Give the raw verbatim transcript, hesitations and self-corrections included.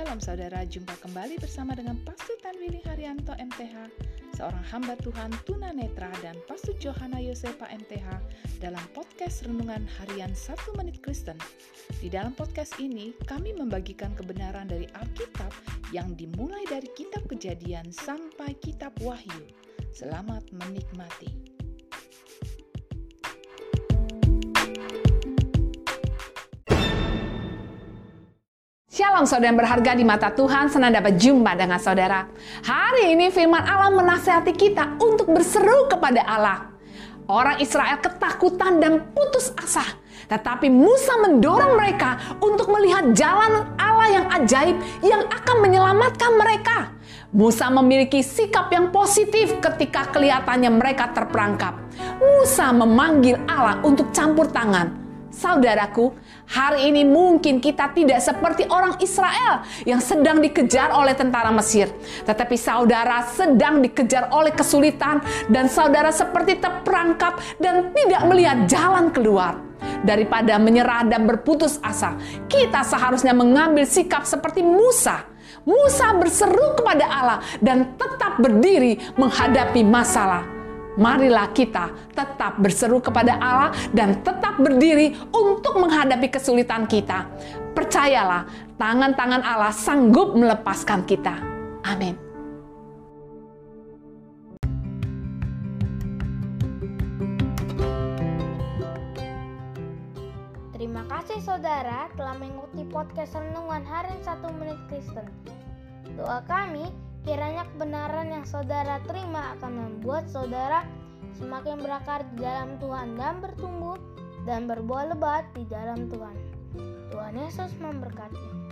Shalom saudara, jumpa kembali bersama dengan Pastor Tanwili Haryanto M T H, seorang hamba Tuhan tunanetra, dan Pastor Johana Yosepa M T H dalam podcast Renungan Harian satu Menit Kristen. Di dalam podcast ini, kami membagikan kebenaran dari Alkitab yang dimulai dari kitab Kejadian sampai kitab Wahyu. Selamat menikmati. Shalom saudara yang berharga di mata Tuhan, senang dapat jumpa dengan saudara. Hari ini firman Allah menasihati kita untuk berseru kepada Allah. Orang Israel ketakutan dan putus asa, tetapi Musa mendorong mereka untuk melihat jalan Allah yang ajaib yang akan menyelamatkan mereka. Musa memiliki sikap yang positif ketika kelihatannya mereka terperangkap. Musa memanggil Allah untuk campur tangan. Saudaraku, hari ini mungkin kita tidak seperti orang Israel yang sedang dikejar oleh tentara Mesir. Tetapi saudara sedang dikejar oleh kesulitan dan saudara seperti terperangkap dan tidak melihat jalan keluar. Daripada menyerah dan berputus asa, kita seharusnya mengambil sikap seperti Musa. Musa berseru kepada Allah dan tetap berdiri menghadapi masalah. Marilah kita tetap berseru kepada Allah dan tetap berdiri untuk menghadapi kesulitan kita. Percayalah, tangan-tangan Allah sanggup melepaskan kita. Amin. Terima kasih saudara telah mengikuti podcast Renungan Harian satu Menit Kristen. Doa kami, kiranya kebenaran yang saudara terima akan membuat saudara semakin berakar di dalam Tuhan dan bertumbuh dan berbuah lebat di dalam Tuhan. Tuhan Yesus memberkati.